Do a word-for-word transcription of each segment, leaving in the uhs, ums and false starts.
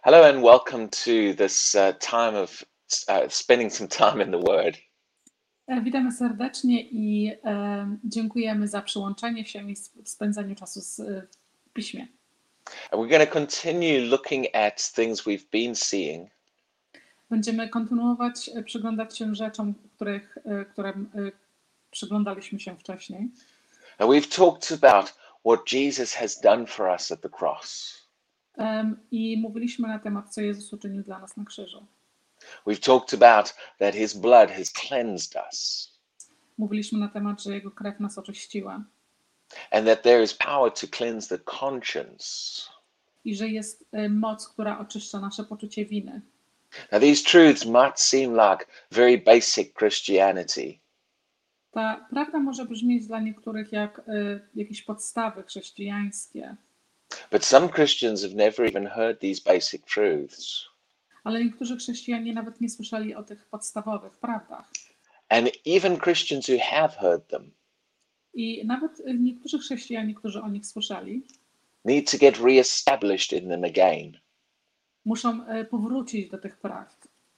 Hello and welcome to this uh, time of uh, spending some time in the Word. E, Witamy serdecznie i e, dziękujemy za przyłączenie się i sp- spędzanie czasu z, e, w Piśmie. And we're going to continue looking at things we've been seeing. Będziemy kontynuować e, przyglądać się rzeczom, których, e, którym e, przyglądaliśmy się wcześniej. And we've talked about what Jesus has done for us at the cross. Em, I mówiliśmy na temat, co Jezus uczynił dla nas na krzyżu. We've talked about that his blood has cleansed us Mówiliśmy na temat, że Jego krew nas oczyściła and that there is power to cleanse the conscience. i że jest e, moc, która oczyszcza nasze poczucie winy. Now these truths might seem like very basic Christianity, Ta prawda może brzmieć dla niektórych jak e, jakieś podstawy chrześcijańskie, but some Christians have never even heard these basic truths. ale niektórzy chrześcijanie nawet nie słyszeli o tych podstawowych prawdach. And even Christians who have heard them I nawet niektórzy chrześcijanie, którzy o nich słyszeli, need to get re-established in them again. muszą e, powrócić do tych prawd.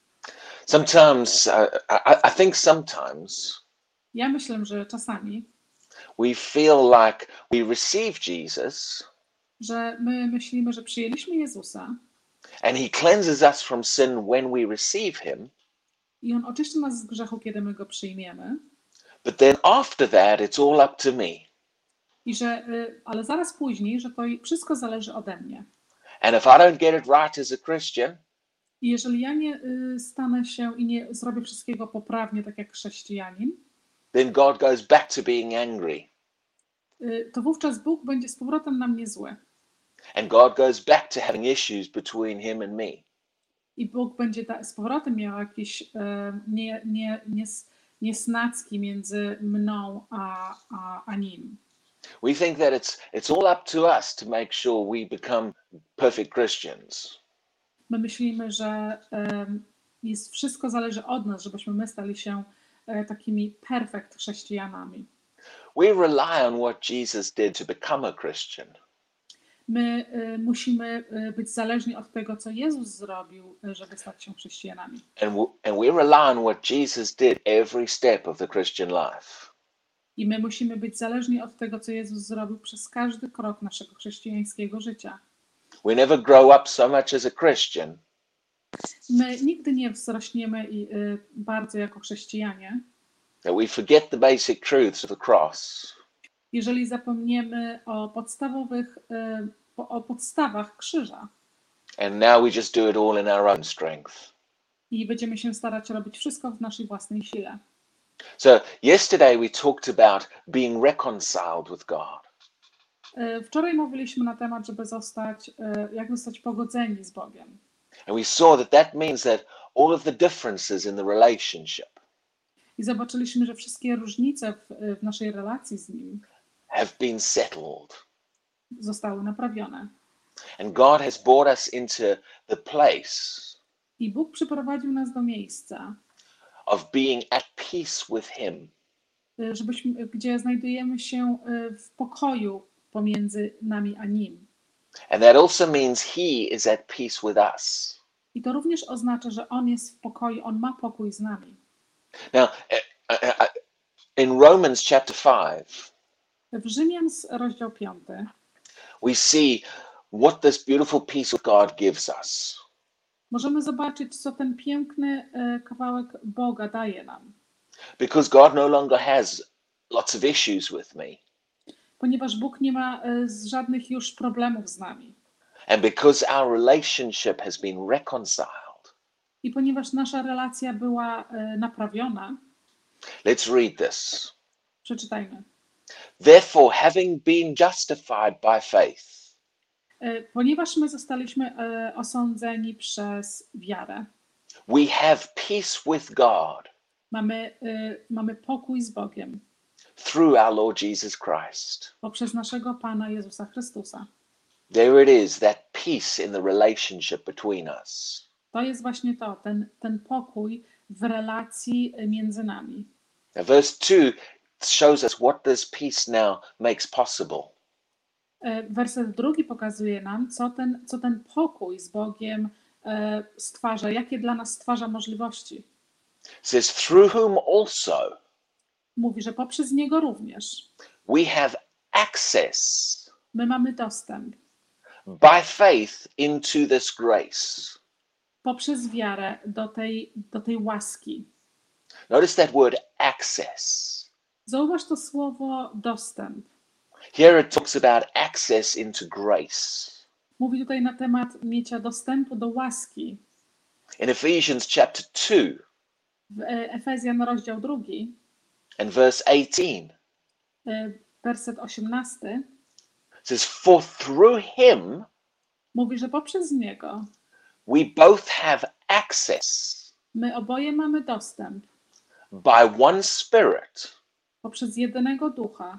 Sometimes, uh, I, I think sometimes Ja myślę, że czasami, we feel like we receive Jesus że my myślimy, że przyjęliśmy Jezusa and he cleanses us from sin when we receive him, i On oczyści nas z grzechu, kiedy my Go przyjmiemy, but then after that it's all up to me. i że, e, ale zaraz później, że to wszystko zależy ode mnie. And if I don't get it right as a Christian, I jeżeli ja nie e, stanę się i nie zrobię wszystkiego poprawnie, tak jak chrześcijanin, then God goes back to being angry e, to wówczas Bóg będzie z powrotem na mnie zły. and God goes back to having issues between him and me. I Bóg będzie ta, z powrotem miał jakieś e, nie, nie, nie, niesnacki między mną a, a, a Nim. We think that it's it's all up to us to make sure we become perfect Christians. My myślimy, że e, jest, wszystko zależy od nas, żebyśmy my stali się e, takimi perfekt chrześcijanami. We rely on what Jesus did to become a Christian. My e, musimy e, być zależni od tego, co Jezus zrobił, e, żeby stać się chrześcijanami. And, w- and we rely on what Jesus did every step of the Christian life. I my musimy być zależni od tego, co Jezus zrobił przez każdy krok naszego chrześcijańskiego życia. We never grow up so much as a Christian My nigdy nie wzrośniemy i, y, bardzo jako chrześcijanie, that we forget the basic truths of the cross. jeżeli zapomniemy o podstawowych, y, po- o podstawach krzyża And now we just do it all in our own strength. i będziemy się starać robić wszystko w naszej własnej sile. So yesterday we talked about being reconciled with God. Y, Wczoraj mówiliśmy na temat, żeby zostać, y, jak zostać pogodzeni z Bogiem. And we saw that that means that all of the differences in the relationship I zobaczyliśmy, że wszystkie różnice w, w naszej relacji z Nim have been settled. zostały naprawione. And God has brought us into the place I Bóg przyprowadził nas do miejsca, of being at peace with him. y, żebyśmy, gdzie znajdujemy się y, w pokoju pomiędzy nami a Nim. And that also means he is at peace with us. I to również oznacza, że On jest w pokoju, On ma pokój z nami. Now, uh, uh, uh, in Romans chapter five, W Rzymian z rozdział piąty we see what this beautiful peace of God gives us. możemy zobaczyć, co ten piękny e, kawałek Boga daje nam. Because God no longer has lots of issues with me. Ponieważ Bóg nie ma e, z żadnych już problemów z nami. And because our relationship has been reconciled. I ponieważ nasza relacja była e, naprawiona, Let's read this. przeczytajmy. Therefore, having been justified by faith, E, Ponieważ my zostaliśmy e, osądzeni przez wiarę, we have peace with God mamy, e, mamy pokój z Bogiem through our Lord Jesus Christ. poprzez naszego Pana Jezusa Chrystusa. There it is, that peace in the relationship between us. To jest właśnie to, ten, ten pokój w relacji między nami. Now, verse two shows us what this peace now makes possible. E, Werset drugi pokazuje nam, co ten, co ten pokój z Bogiem e, stwarza, jakie dla nas stwarza możliwości. It says, through whom also Mówi, że poprzez Niego również we have access my mamy dostęp by faith into this grace. poprzez wiarę do tej, do tej łaski. Notice that word access. Zauważ to słowo dostęp. Here it talks about access into grace. Mówi tutaj na temat mienia dostępu do łaski. In Ephesians chapter two W e, Efezjan rozdział drugi, and verse eighteen, e, werset osiemnasty, it says, for through him mówi, że poprzez Niego we both have access my oboje mamy dostęp by one Spirit poprzez jedynego Ducha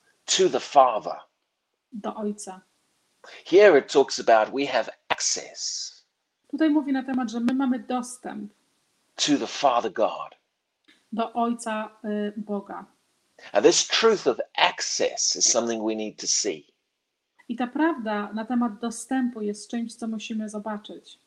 to the Father. do Ojca. Here it talks about we have access Tutaj mówi na temat, że my mamy dostęp to the Father God. do Ojca y, Boga. And this truth of access is something we need to see. I ta prawda na temat dostępu jest czymś, co musimy zobaczyć.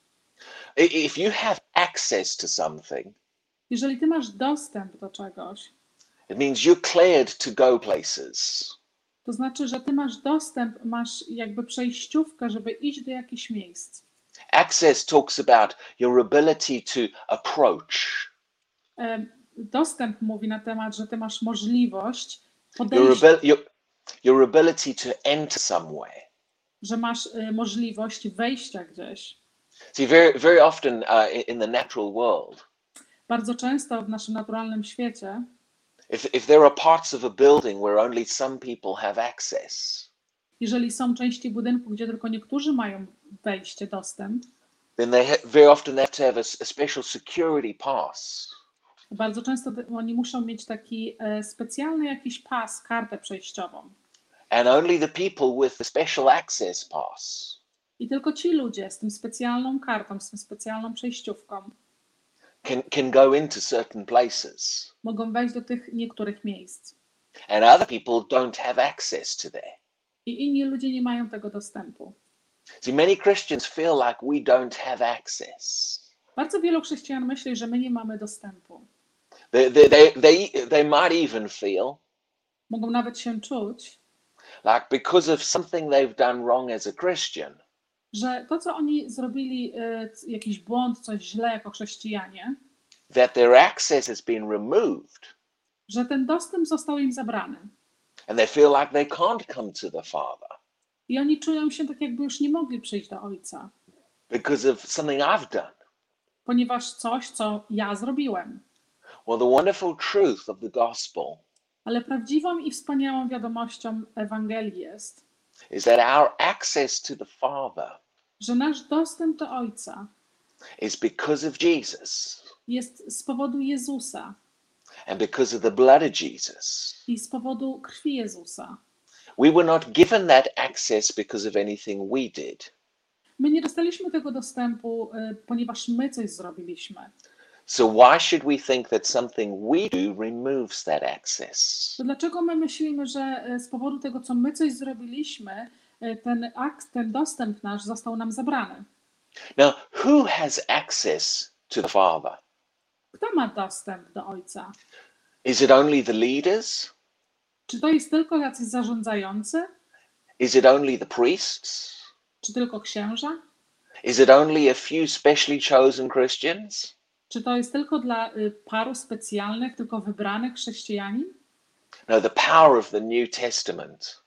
I- If you have access to something, Jeżeli ty masz dostęp do czegoś, it means you're cleared to go places. to znaczy, że ty masz dostęp, masz jakby przejściówkę, żeby iść do jakichś miejsc. Access talks about your ability to approach, E, Dostęp mówi na temat, że ty masz możliwość your, podejścia, abil- your, your ability to enter somewhere. że masz y, możliwość wejścia gdzieś. See, very, very often uh, in- in the natural world, Bardzo często w naszym naturalnym świecie, if, if there are parts of a building where only some people have access, jeżeli są części budynku, gdzie tylko niektórzy mają wejście, dostęp, then they ha- very often they have to have a, s- a special security pass. bardzo często te- oni muszą mieć taki e, specjalny jakiś pas, kartę przejściową. And only the people with the special access pass I tylko ci ludzie z tym specjalną kartą, z tą specjalną przejściówką can, can go into certain places. mogą wejść do tych niektórych miejsc. And other people don't have access to there. I inni ludzie nie mają tego dostępu. See, many Christians feel like we don't have access. Bardzo wielu chrześcijan myśli, że my nie mamy dostępu. They, they, they, they, they might even feel Mogą nawet się czuć, like because of something they've done wrong as a Christian, że to, co oni zrobili, e, jakiś błąd, coś źle jako chrześcijanie, that their access has been removed, że ten dostęp został im zabrany. and they feel like they can't come to the Father I oni czują się tak, jakby już nie mogli przyjść do Ojca, because of something I've done. ponieważ coś, co ja zrobiłem. Well, the wonderful truth of the gospel Ale prawdziwą i wspaniałą wiadomością Ewangelii jest, is that our access to the Father że nasz dostęp do Ojca is because of Jesus jest z powodu Jezusa and because of the blood of Jesus. i z powodu krwi Jezusa. We were not given that access because of anything we did. My nie dostaliśmy tego dostępu, y, ponieważ my coś zrobiliśmy. So why should we think that something we do removes that access? To dlaczego my myślimy, że y, z powodu tego, co my coś zrobiliśmy, y, ten akt, ten dostęp nasz został nam zabrany? Now, who has access to the Father? Kto ma dostęp do Ojca? Is it only the leaders? Czy to jest tylko jacyś zarządzający? Is it only the priests? Czy tylko księża? Is it only a few specially chosen Christians? Czy to jest tylko dla y, paru specjalnych, tylko wybranych chrześcijanin? No, the power of the New Testament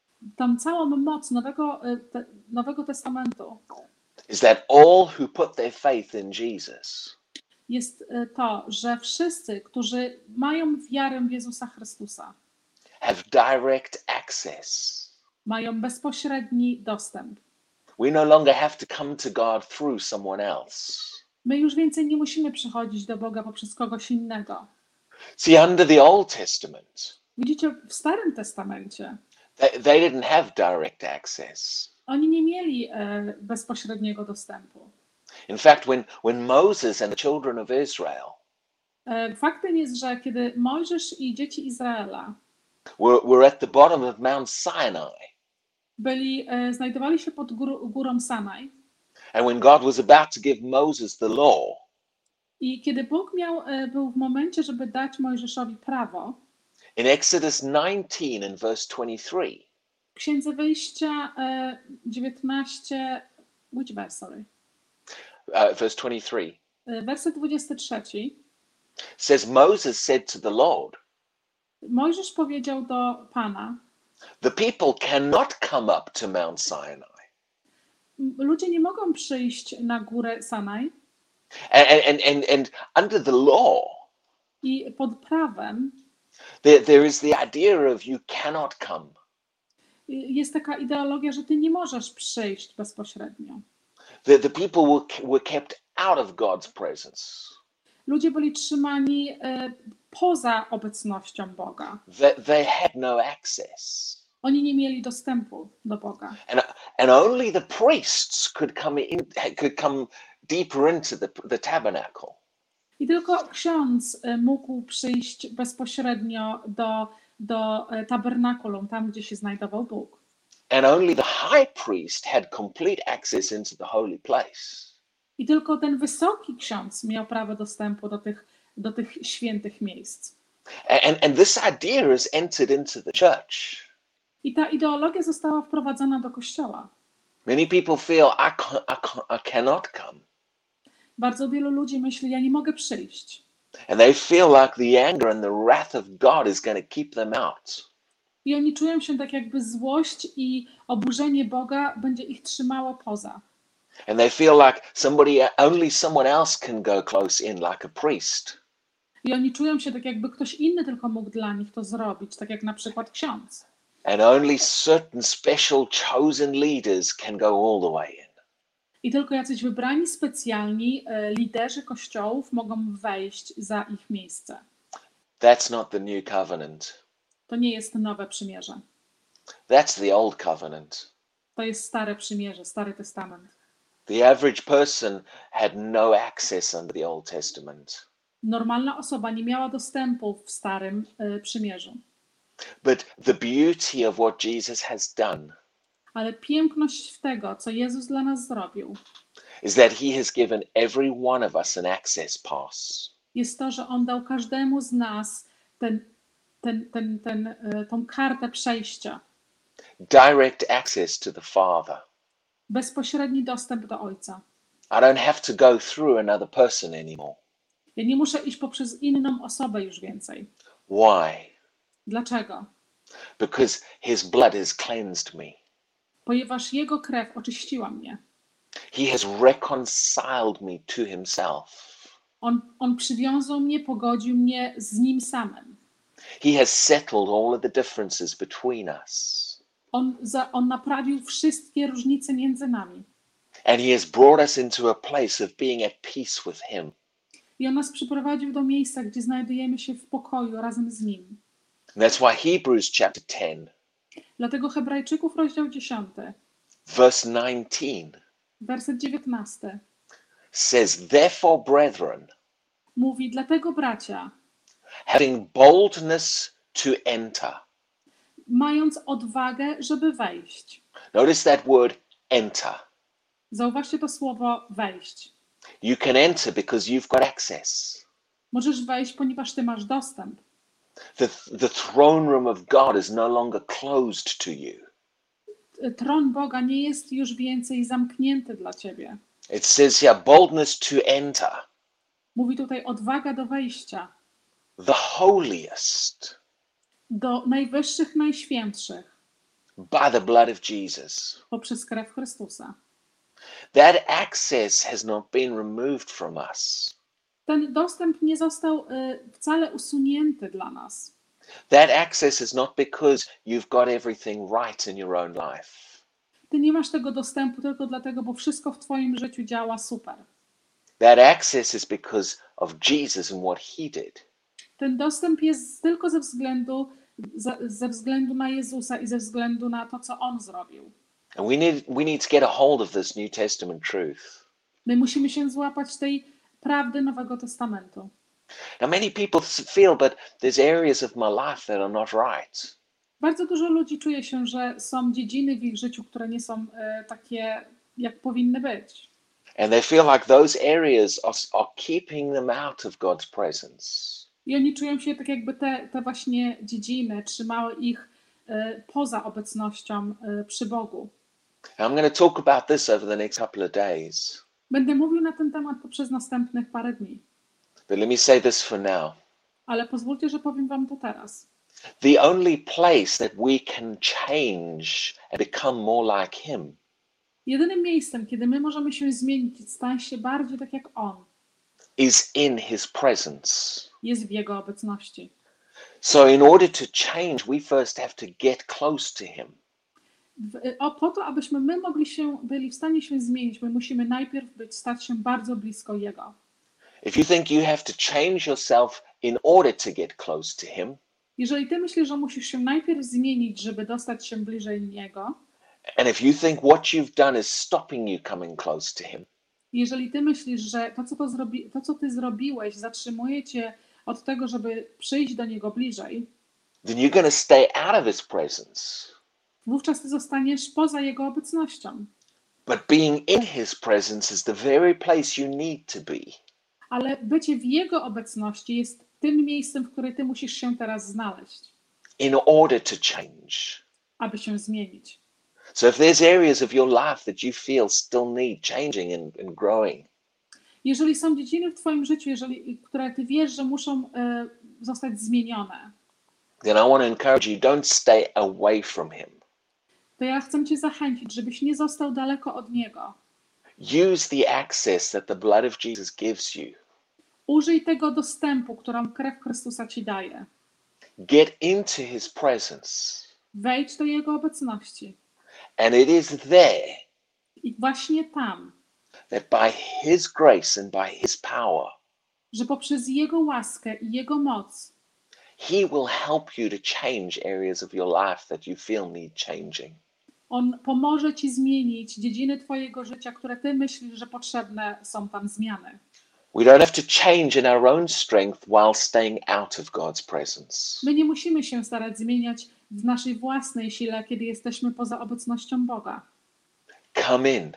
Tą całą moc Nowego, y, te, Nowego Testamentu is that all who put their faith in Jesus jest y, to, że wszyscy, którzy mają wiarę w Jezusa Chrystusa, have direct access. mają bezpośredni dostęp. We no longer have to come to God through someone else. My już więcej nie musimy przychodzić do Boga poprzez kogoś innego. See, under the Old Testament, Widzicie, w Starym Testamencie they, they didn't have direct access. oni nie mieli e, bezpośredniego dostępu. In fact, when, when Moses and the children of Israel E, faktem jest, że kiedy Mojżesz i dzieci Izraela were, were at the bottom of Mount Sinai, byli, e, znajdowali się pod gór, górą Sanaj And when God was about to give Moses the law, i kiedy Bóg miał, e, był w momencie, żeby dać Mojżeszowi prawo, in Exodus nineteen and verse twenty-three, w Księdze Wyjścia e, dziewiętnaście, which verse, sorry, uh, verse twenty-three, e, werset dwudziesty trzeci, says Moses said to the Lord, Mojżesz powiedział do Pana, the people cannot come up to Mount Sinai. "M- ludzie nie mogą przyjść na górę Sanaj And, and, and, and under the law, i pod prawem there, there is the idea of you cannot come. jest taka ideologia, że ty nie możesz przyjść bezpośrednio. The, the people were, were kept out of God's presence. Ludzie byli trzymani e, poza obecnością Boga. They, they had no access. Oni nie mieli dostępu do Boga. And, and only the priests could come in, could come deeper into the, the tabernacle. I tylko ksiądz e, mógł przyjść bezpośrednio do, do e, tabernakulum, tam gdzie się znajdował Bóg. And only the high priest had complete access into the holy place. I tylko ten wysoki ksiądz miał prawo dostępu do tych, do tych świętych miejsc. And, and this idea has entered into the church. I ta ideologia została wprowadzona do kościoła. Many people feel I, can't, I, can't, I cannot come. Bardzo wielu ludzi myśli, ja nie mogę przyjść. And they feel like the anger and the wrath of God is going to keep them out. I oni czują się tak, jakby złość i oburzenie Boga będzie ich trzymało poza. And they feel like somebody, only someone else can go close in, like a priest. I oni czują się tak, jakby ktoś inny tylko mógł dla nich to zrobić, tak jak na przykład ksiądz. And only certain special chosen leaders can go all the way in. I tylko jacyś wybrani specjalni e, liderzy kościołów mogą wejść za ich miejsce. That's not the new covenant. To nie jest nowe przymierze. That's the old covenant. To jest stare przymierze, Stary Testament. The average person had no access under the Old Testament. Normalna osoba nie miała dostępu w Starym e, Przymierzu. But the beauty of what Jesus has done Ale piękność w tego, co Jezus dla nas zrobił, is that he has given every one of us an access pass. jest to, że On dał każdemu z nas ten, ten, ten, ten, e, tą kartę przejścia. Direct access to the Father. Bezpośredni dostęp do Ojca. I don't have to go through another person anymore. Ja nie muszę iść poprzez inną osobę już więcej. Why? Dlaczego? Because his blood has cleansed me. Ponieważ Jego krew oczyściła mnie. He has reconciled me to himself. On, on przywiązał mnie, pogodził mnie z Nim samym. He has settled all of the differences between us. On, za, on naprawił wszystkie różnice między nami. And he has brought us into a place of being at peace with him. I On nas przyprowadził do miejsca, gdzie znajdujemy się w pokoju razem z Nim. And that's why Hebrews chapter ten, Dlatego Hebrajczyków rozdział dziesiąty, verse nineteen werset dziewiętnasty says, therefore, brethren, mówi, dlatego bracia, having boldness to enter. mając odwagę, żeby wejść. Notice that word enter. Zauważcie to słowo wejść. You can enter because you've got access. Możesz wejść, ponieważ ty masz dostęp. The, the throne room of God is no longer closed to you. Tron Boga nie jest już więcej zamknięty dla ciebie. It says here, boldness to enter Mówi tutaj odwaga do wejścia the holiest do najwyższych, najświętszych by the blood of Jesus. poprzez krew Chrystusa. That access has not been removed from us. Ten dostęp nie został y, wcale usunięty dla nas. That access is not because you've got everything right in your own life. Ty nie masz tego dostępu tylko dlatego, bo wszystko w twoim życiu działa super. That access is because of Jesus and what he did. Ten dostęp jest tylko ze względu, ze, ze względu na Jezusa i ze względu na to, co On zrobił. And we need, we need to get a hold of this New Testament truth. My musimy się złapać tej prawdy Nowego Testamentu. Now, many people feel, but there's areas of my life that are not right. Bardzo dużo ludzi czuje się, że są dziedziny w ich życiu, które nie są e, takie, jak powinny być. And they feel like those areas are, are keeping them out of God's presence. I oni czują się tak, jakby te, te właśnie dziedziny trzymały ich e, poza obecnością e, przy Bogu. I'm going to talk about this over the next couple of days. Będę mówił na ten temat poprzez następnych parę dni, But let me say this for now. ale pozwólcie, że powiem wam to teraz. The only place that we can change and become more like Him Jedynym miejscem, kiedy my możemy się zmienić i stać się bardziej tak jak On, is in His presence. jest w Jego obecności. So in order to change, we first have to get close to Him. W- O, po to, abyśmy my mogli się, byli w stanie się zmienić, my musimy najpierw być, stać się bardzo blisko Jego. If you think you have to change yourself in order to get close to Him, Jeżeli ty myślisz, że musisz się najpierw zmienić, żeby dostać się bliżej Niego, and if you think what you've done is stopping you coming close to Him, jeżeli ty myślisz, że to, co, to, zrobi, to, co ty zrobiłeś, zatrzymuje cię od tego, żeby przyjść do Niego bliżej, then you're going to stay out of His presence. wówczas ty zostaniesz poza Jego obecnością. But being in His presence is the very place you need to be. Ale bycie w Jego obecności jest tym miejscem, w którym ty musisz się teraz znaleźć, in order to change. aby się zmienić. So if there's areas of your life that you feel still need changing and, and growing, Jeżeli są dziedziny w twoim życiu, jeżeli, które ty wiesz, że muszą e, zostać zmienione, then I want to encourage you, don't stay away from Him. to ja chcę cię zachęcić, żebyś nie został daleko od Niego. Use the access that the blood of Jesus gives you. Użyj tego dostępu, którą krew Chrystusa ci daje. Get into His presence. Wejdź do Jego obecności. And it is there I właśnie tam, that by His grace and by His power, że poprzez Jego łaskę i Jego moc He will help you to change areas of your life that you feel need changing. On pomoże ci zmienić dziedziny twojego życia, które ty myślisz, że potrzebne są tam zmiany. We don't have to change in our own strength while staying out of God's presence. My nie musimy się starać zmieniać w naszej własnej sile, kiedy jesteśmy poza obecnością Boga. Come in.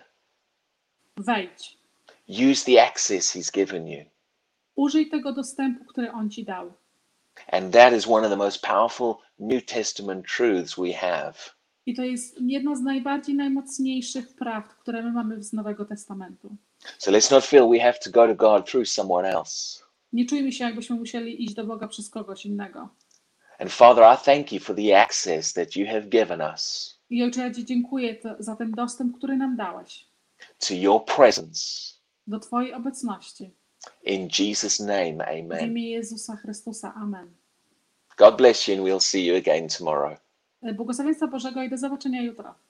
Wejdź. Use the access He's given you. Użyj tego dostępu, który On ci dał. And that is one of the most powerful New Testament truths we have. I to jest jedna z najbardziej najmocniejszych prawd, które my mamy z Nowego Testamentu. So let's not feel we have to go to God through someone else. Nie czujmy się, jakbyśmy musieli iść do Boga przez kogoś innego. And Father, I thank you for the access that you have given us I Ojcze, ja ci dziękuję to, za ten dostęp, który nam dałeś to your presence. do Twojej obecności. In Jesus' name, W amen. imię Jezusa Chrystusa. Amen. God bless you and we'll see you again tomorrow. Błogosławieństwa Bożego i do zobaczenia jutro.